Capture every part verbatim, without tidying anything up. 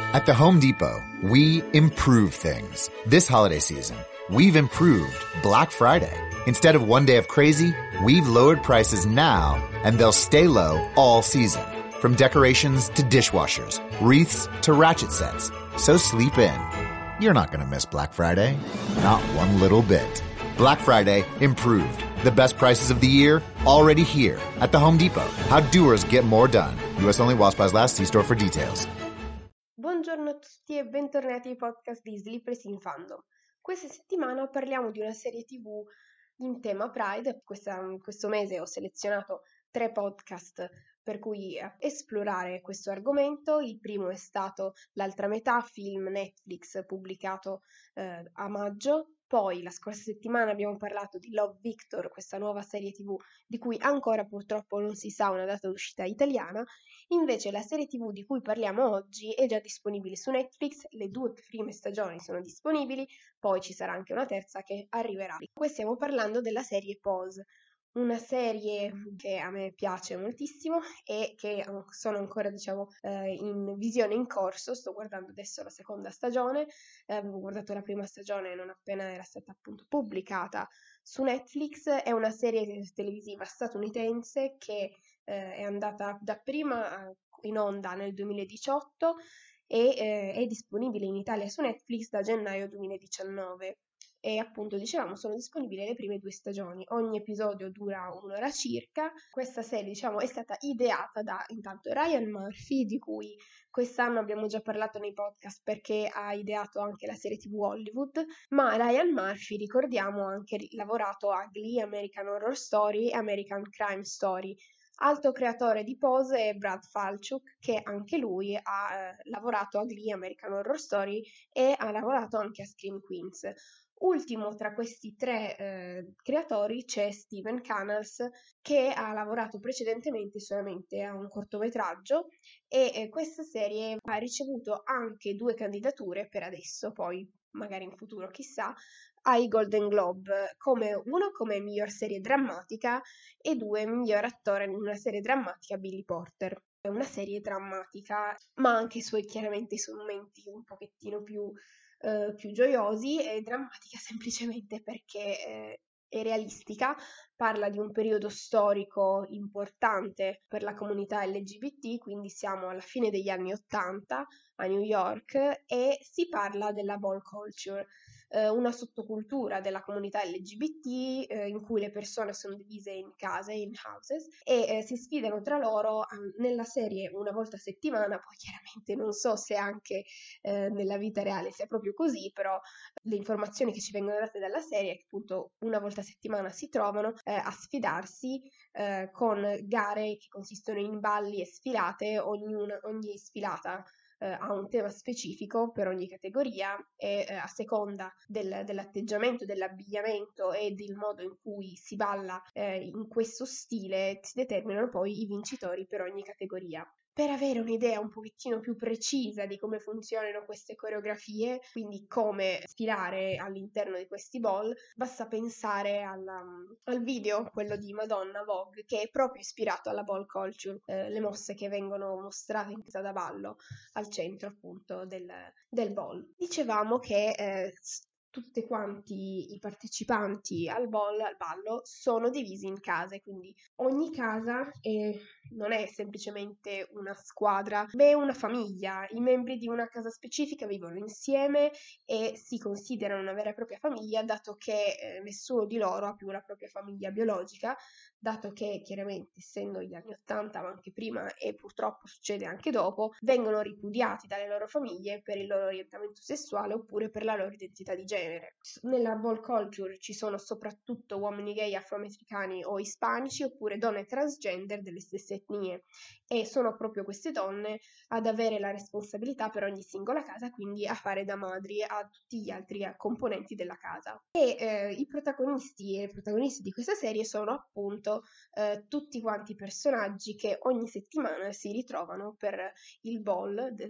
At the Home Depot, we improve things. This holiday season, we've improved Black Friday. Instead of one day of crazy, we've lowered prices now, and they'll stay low all season. From decorations to dishwashers, wreaths to ratchet sets. So sleep in. You're not going to miss Black Friday. Not one little bit. Black Friday improved. The best prices of the year already here at the Home Depot. How doers get more done. U S only while supplies last. See store for details. Buongiorno a tutti e bentornati ai podcast di Sleepers in Fandom. Questa settimana parliamo di una serie tivù in tema Pride. Questa, questo mese ho selezionato tre podcast per cui esplorare questo argomento. Il primo è stato L'altra metà, film Netflix pubblicato eh, a maggio. Poi la scorsa settimana abbiamo parlato di Love Victor, questa nuova serie tivù di cui ancora purtroppo non si sa una data d'uscita italiana. Invece la serie tivù di cui parliamo oggi è già disponibile su Netflix, le due prime stagioni sono disponibili, poi ci sarà anche una terza che arriverà. Qui stiamo parlando della serie Pose, una serie che a me piace moltissimo e che sono ancora, diciamo, eh, in visione in corso. Sto guardando adesso la seconda stagione, eh, avevo guardato la prima stagione non appena era stata appunto pubblicata su Netflix. È una serie televisiva statunitense che eh, è andata dapprima in onda nel duemiladiciotto e eh, è disponibile in Italia su Netflix da gennaio duemiladiciannove. E appunto dicevamo sono disponibili le prime due stagioni, ogni episodio dura un'ora circa. Questa serie, diciamo, è stata ideata da intanto Ryan Murphy, di cui quest'anno abbiamo già parlato nei podcast perché ha ideato anche la serie tivù Hollywood, ma Ryan Murphy, ricordiamo, ha anche lavorato a Glee, American Horror Story e American Crime Story. Altro creatore di Pose è Brad Falchuk, che anche lui ha eh, lavorato a Glee, American Horror Story e ha lavorato anche a Scream Queens. Ultimo tra questi tre eh, creatori c'è Steven Canals, che ha lavorato precedentemente solamente a un cortometraggio e eh, questa serie ha ricevuto anche due candidature per adesso, poi magari in futuro chissà, ai Golden Globe, come uno come miglior serie drammatica e due miglior attore in una serie drammatica, Billy Porter. È una serie drammatica, ma anche i suoi, chiaramente i suoi momenti un pochettino più Uh, più gioiosi, e drammatica semplicemente perché eh, è realistica, parla di un periodo storico importante per la comunità L G B T, quindi siamo alla fine degli anni Ottanta a New York e si parla della ball culture, eh, una sottocultura della comunità L G B T eh, in cui le persone sono divise in case, in houses, e eh, si sfidano tra loro eh, nella serie una volta a settimana. Poi chiaramente non so se anche eh, nella vita reale sia proprio così, però le informazioni che ci vengono date dalla serie è che appunto una volta a settimana si trovano eh, a sfidarsi eh, con gare che consistono in balli e sfilate. Ognuna, ogni sfilata eh, ha un tema specifico per ogni categoria e eh, a seconda del, dell'atteggiamento, dell'abbigliamento e del modo in cui si balla eh, in questo stile si determinano poi i vincitori per ogni categoria. Per avere un'idea un pochettino più precisa di come funzionano queste coreografie, quindi come sfilare all'interno di questi ball, basta pensare alla, al video, quello di Madonna Vogue, che è proprio ispirato alla ball culture, eh, le mosse che vengono mostrate in pista da ballo al centro appunto del, del ball. Dicevamo che eh, tutti quanti i partecipanti al ball, al ballo, sono divisi in case, quindi ogni casa è, non è semplicemente una squadra, ma è una famiglia. I membri di una casa specifica vivono insieme e si considerano una vera e propria famiglia, dato che eh, nessuno di loro ha più la propria famiglia biologica, dato che chiaramente, essendo gli anni Ottanta, ma anche prima e purtroppo succede anche dopo, vengono ripudiati dalle loro famiglie per il loro orientamento sessuale oppure per la loro identità di genere. Nella ball culture ci sono soprattutto uomini gay afroamericani o ispanici oppure donne transgender delle stesse etnie, e sono proprio queste donne ad avere la responsabilità per ogni singola casa, quindi a fare da madri a tutti gli altri componenti della casa. E eh, i protagonisti e le protagoniste di questa serie sono appunto eh, tutti quanti personaggi che ogni settimana si ritrovano per il ball del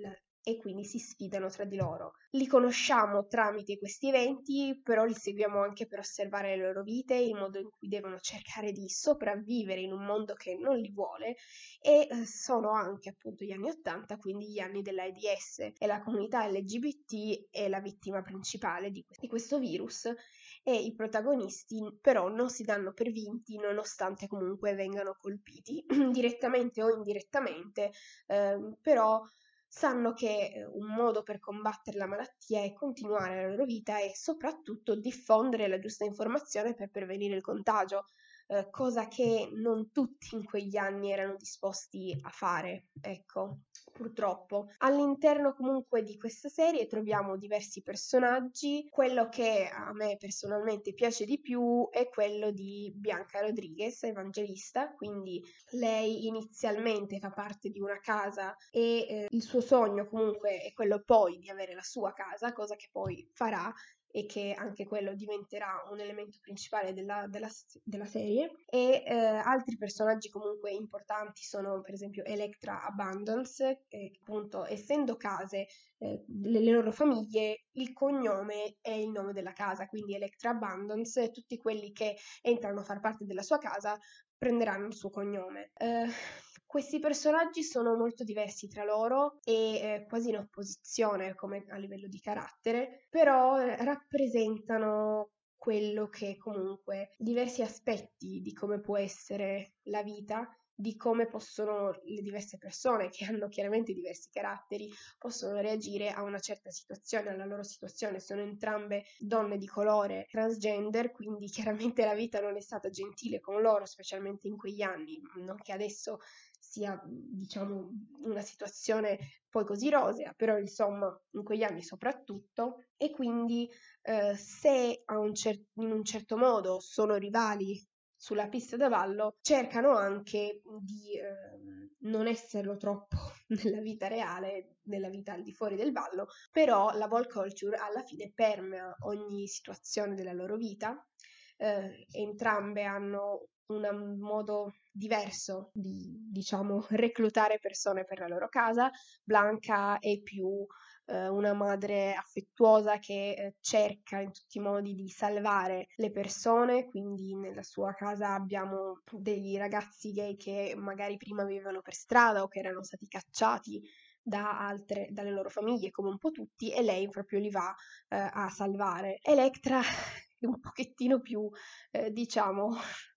e quindi si sfidano tra di loro. Li conosciamo tramite questi eventi, però li seguiamo anche per osservare le loro vite, il modo in cui devono cercare di sopravvivere in un mondo che non li vuole, e eh, sono anche appunto gli anni ottanta, quindi gli anni dell'AIDS, e la comunità L G B T è la vittima principale di, di questo virus, e i protagonisti però non si danno per vinti nonostante comunque vengano colpiti direttamente o indirettamente, eh, però sanno che un modo per combattere la malattia è continuare la loro vita e soprattutto diffondere la giusta informazione per prevenire il contagio, eh, cosa che non tutti in quegli anni erano disposti a fare, ecco, purtroppo. All'interno comunque di questa serie troviamo diversi personaggi. Quello che a me personalmente piace di più è quello di Bianca Rodriguez, Evangelista, quindi lei inizialmente fa parte di una casa e eh, il suo sogno comunque è quello poi di avere la sua casa, cosa che poi farà e che anche quello diventerà un elemento principale della, della, della serie. E eh, altri personaggi comunque importanti sono per esempio Electra Abundance, che appunto essendo case eh, le, le loro famiglie, il cognome è il nome della casa, quindi Electra Abundance, tutti quelli che entrano a far parte della sua casa prenderanno il suo cognome. Eh, questi personaggi sono molto diversi tra loro e eh, quasi in opposizione come a livello di carattere, però eh, rappresentano quello che comunque diversi aspetti di come può essere la vita, di come possono le diverse persone che hanno chiaramente diversi caratteri possono reagire a una certa situazione, alla loro situazione. Sono entrambe donne di colore transgender, quindi chiaramente la vita non è stata gentile con loro, specialmente in quegli anni, non che adesso sia, diciamo, una situazione poi così rosea, però insomma in quegli anni soprattutto, e quindi eh, se a un cer- in un certo modo sono rivali sulla pista da ballo, cercano anche di eh, non esserlo troppo nella vita reale, nella vita al di fuori del ballo, però la ball culture alla fine permea ogni situazione della loro vita. Eh, entrambe hanno un modo diverso di, diciamo, reclutare persone per la loro casa. Blanca è più eh, una madre affettuosa che eh, cerca in tutti i modi di salvare le persone, quindi nella sua casa abbiamo degli ragazzi gay che magari prima vivevano per strada o che erano stati cacciati da altre, dalle loro famiglie, come un po' tutti, e lei proprio li va eh, a salvare. Electra è un pochettino più, eh, diciamo,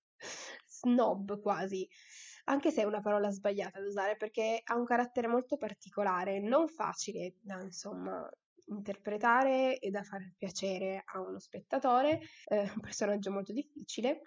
snob quasi, anche se è una parola sbagliata da usare perché ha un carattere molto particolare, non facile da, insomma, interpretare e da far piacere a uno spettatore, eh, un personaggio molto difficile,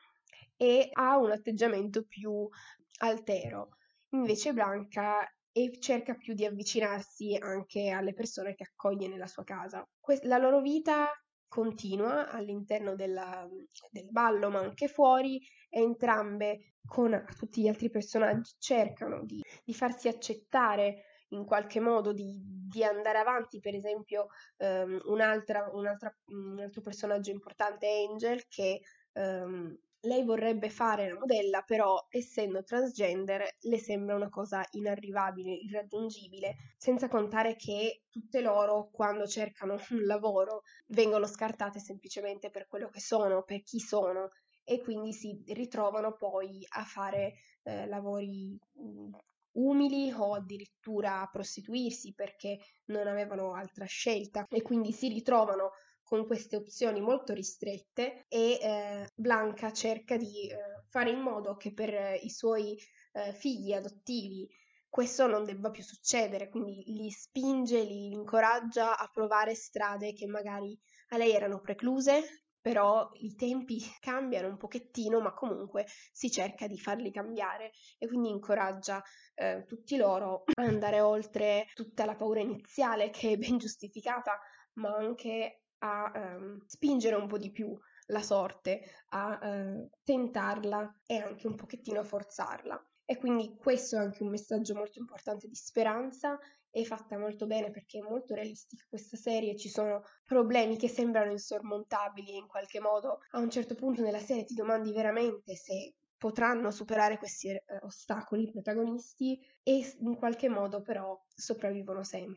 e ha un atteggiamento più altero. Invece Blanca e cerca più di avvicinarsi anche alle persone che accoglie nella sua casa. Que- la loro vita continua all'interno della, del ballo, ma anche fuori, e entrambe con tutti gli altri personaggi cercano di, di farsi accettare in qualche modo, di, di andare avanti. Per esempio um, un'altra, un'altra, un altro personaggio importante è Angel, che um, lei vorrebbe fare la modella, però essendo transgender le sembra una cosa inarrivabile, irraggiungibile, senza contare che tutte loro quando cercano un lavoro vengono scartate semplicemente per quello che sono, per chi sono, e quindi si ritrovano poi a fare eh, lavori mh, umili o addirittura a prostituirsi perché non avevano altra scelta, e quindi si ritrovano con queste opzioni molto ristrette, e eh, Blanca cerca di eh, fare in modo che per eh, i suoi eh, figli adottivi questo non debba più succedere, quindi li spinge, li incoraggia a provare strade che magari a lei erano precluse, però i tempi cambiano un pochettino, ma comunque si cerca di farli cambiare, e quindi incoraggia eh, tutti loro ad andare oltre tutta la paura iniziale, che è ben giustificata, ma anche a ehm, spingere un po' di più la sorte, a eh, tentarla e anche un pochettino a forzarla. E quindi questo è anche un messaggio molto importante di speranza. È fatta molto bene perché è molto realistica questa serie, ci sono problemi che sembrano insormontabili e in qualche modo a un certo punto nella serie ti domandi veramente se potranno superare questi eh, ostacoli i protagonisti, e in qualche modo però sopravvivono sempre.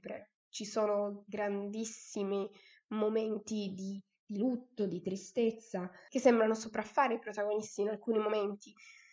ci sono grandissimi momenti di, di lutto, di tristezza, che sembrano sopraffare i protagonisti in alcuni momenti,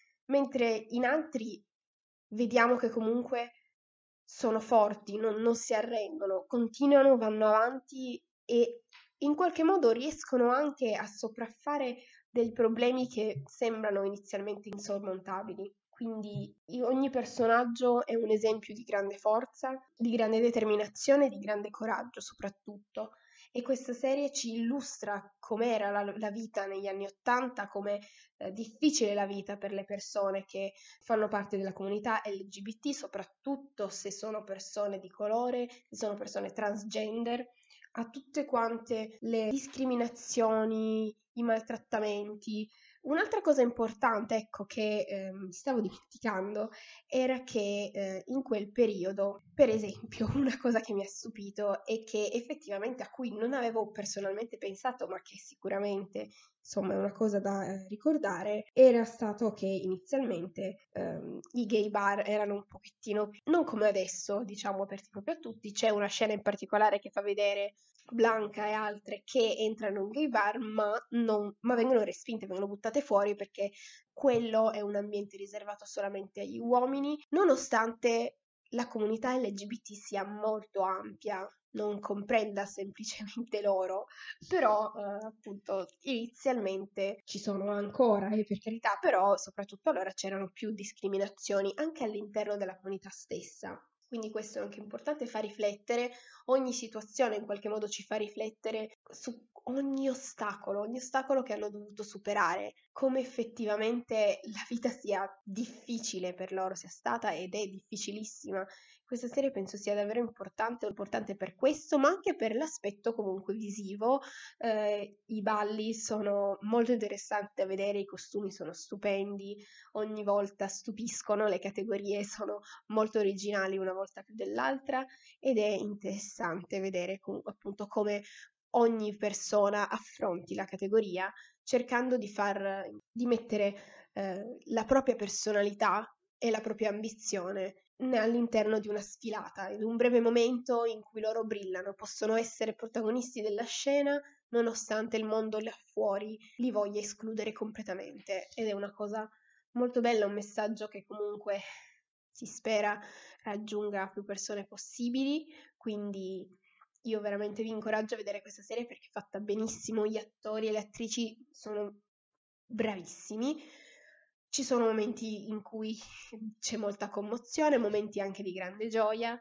mentre in altri vediamo che comunque sono forti, non, non si arrendono, continuano, vanno avanti e in qualche modo riescono anche a sopraffare dei problemi che sembrano inizialmente insormontabili. Quindi ogni personaggio è un esempio di grande forza, di grande determinazione, di grande coraggio soprattutto. E questa serie ci illustra com'era la, la vita negli anni Ottanta, com'è eh, difficile la vita per le persone che fanno parte della comunità L G B T, soprattutto se sono persone di colore, se sono persone transgender, a tutte quante le discriminazioni, i maltrattamenti. Un'altra cosa importante, ecco, che eh, mi stavo dimenticando, era che eh, in quel periodo, per esempio, una cosa che mi ha stupito e che effettivamente a cui non avevo personalmente pensato, ma che sicuramente insomma è una cosa da eh, ricordare, era stato che inizialmente ehm, i gay bar erano un pochettino, non come adesso, diciamo aperti proprio a tutti. C'è una scena in particolare che fa vedere Blanca e altre che entrano in un gay bar, ma, non, ma vengono respinte, vengono buttate fuori perché quello è un ambiente riservato solamente agli uomini, nonostante la comunità L G B T sia molto ampia, non comprenda semplicemente loro, però eh, appunto inizialmente ci sono ancora, e eh, per carità, però soprattutto allora c'erano più discriminazioni anche all'interno della comunità stessa. Quindi questo è anche importante, fa riflettere, ogni situazione in qualche modo ci fa riflettere su ogni ostacolo, ogni ostacolo che hanno dovuto superare, come effettivamente la vita sia difficile per loro, sia stata ed è difficilissima. Questa serie penso sia davvero importante, importante per questo, ma anche per l'aspetto comunque visivo. Eh, I balli sono molto interessanti da vedere, i costumi sono stupendi, ogni volta stupiscono, le categorie sono molto originali una volta più dell'altra ed è interessante vedere com- appunto come ogni persona affronti la categoria cercando di far, di mettere eh, la propria personalità e la propria ambizione all'interno di una sfilata, in un breve momento in cui loro brillano, possono essere protagonisti della scena nonostante il mondo là fuori li voglia escludere completamente, ed è una cosa molto bella, un messaggio che comunque si spera raggiunga più persone possibili, quindi io veramente vi incoraggio a vedere questa serie perché è fatta benissimo, gli attori e le attrici sono bravissimi. Ci sono momenti in cui c'è molta commozione, momenti anche di grande gioia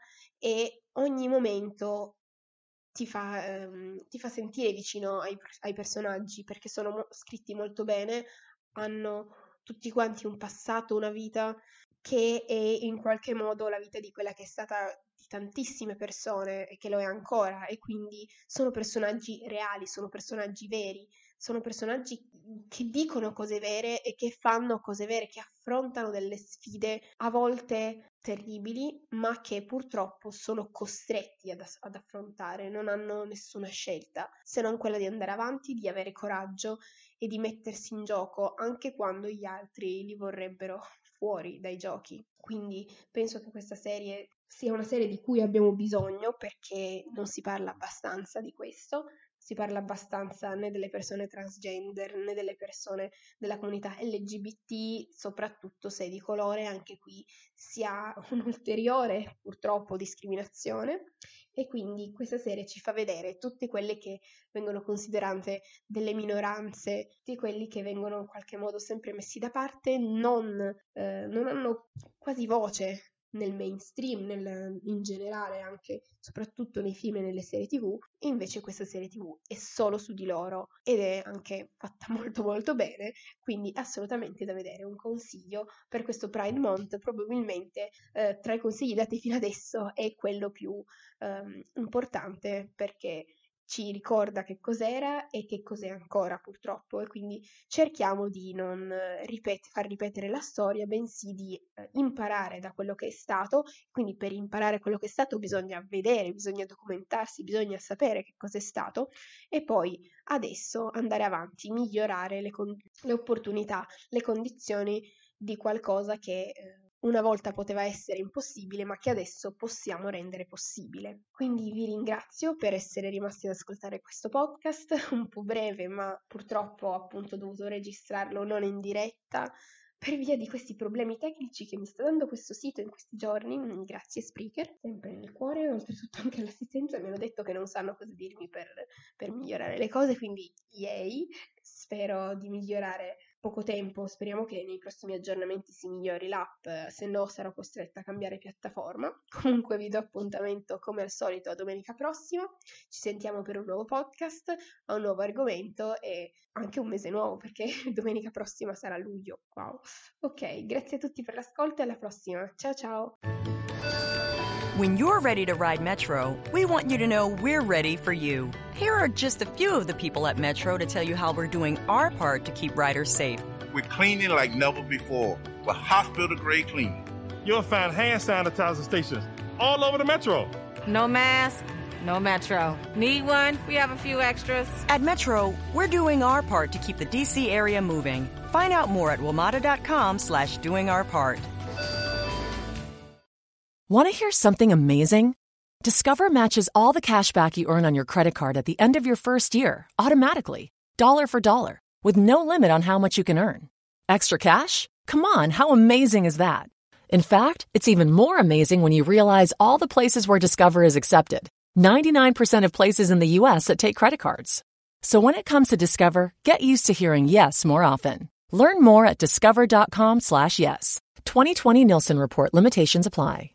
e ogni momento ti fa, ehm, ti fa sentire vicino ai, ai personaggi perché sono mo- scritti molto bene, hanno tutti quanti un passato, una vita che è in qualche modo la vita di quella che è stata di tantissime persone e che lo è ancora, e quindi sono personaggi reali, sono personaggi veri, sono personaggi che dicono cose vere e che fanno cose vere, che affrontano delle sfide a volte terribili, ma che purtroppo sono costretti ad, ad affrontare, non hanno nessuna scelta se non quella di andare avanti, di avere coraggio e di mettersi in gioco anche quando gli altri li vorrebbero fuori dai giochi. Quindi penso che questa serie sia una serie di cui abbiamo bisogno perché non si parla abbastanza di questo, si parla abbastanza né delle persone transgender né delle persone della comunità L G B T, soprattutto se di colore, anche qui si ha un'ulteriore purtroppo discriminazione, e quindi questa serie ci fa vedere tutte quelle che vengono considerate delle minoranze, tutti quelli che vengono in qualche modo sempre messi da parte, non, eh, non hanno quasi voce nel mainstream, nel, in generale anche, soprattutto nei film e nelle serie tv, invece questa serie tv è solo su di loro ed è anche fatta molto molto bene, quindi assolutamente da vedere, un consiglio per questo Pride Month, probabilmente eh, tra i consigli dati fino adesso è quello più ehm, importante perché ci ricorda che cos'era e che cos'è ancora purtroppo, e quindi cerchiamo di non eh, ripet- far ripetere la storia, bensì di eh, imparare da quello che è stato. Quindi per imparare quello che è stato bisogna vedere, bisogna documentarsi, bisogna sapere che cos'è stato e poi adesso andare avanti, migliorare le, con- le opportunità, le condizioni di qualcosa che eh, una volta poteva essere impossibile, ma che adesso possiamo rendere possibile. Quindi vi ringrazio per essere rimasti ad ascoltare questo podcast, un po' breve, ma purtroppo ho appunto dovuto registrarlo non in diretta per via di questi problemi tecnici che mi sta dando questo sito in questi giorni. Grazie Spreaker, sempre nel cuore. Oltretutto anche all'assistenza mi hanno detto che non sanno cosa dirmi per, per migliorare le cose, quindi yay, spero di migliorare poco tempo, speriamo che nei prossimi aggiornamenti si migliori l'app, se no sarò costretta a cambiare piattaforma. Comunque vi do appuntamento come al solito a domenica prossima, ci sentiamo per un nuovo podcast, a un nuovo argomento e anche un mese nuovo perché domenica prossima sarà luglio. Wow. Ok, grazie a tutti per l'ascolto e alla prossima. Ciao ciao! When you're ready to ride Metro, we want you to know we're ready for you. Here are just a few of the people at Metro to tell you how we're doing our part to keep riders safe. We're cleaning like never before with hospital-grade cleaning. You'll find hand sanitizer stations all over the Metro. No mask, no Metro. Need one? We have a few extras. At Metro, we're doing our part to keep the D C area moving. Find out more at WMATA.com slash doing our part. Want to hear something amazing? Discover matches all the cash back you earn on your credit card at the end of your first year, automatically, dollar for dollar, with no limit on how much you can earn. Extra cash? Come on, how amazing is that? In fact, it's even more amazing when you realize all the places where Discover is accepted. ninety-nine percent of places in the U S that take credit cards. So when it comes to Discover, get used to hearing yes more often. Learn more at discover.com slash yes. twenty twenty Nielsen Report limitations apply.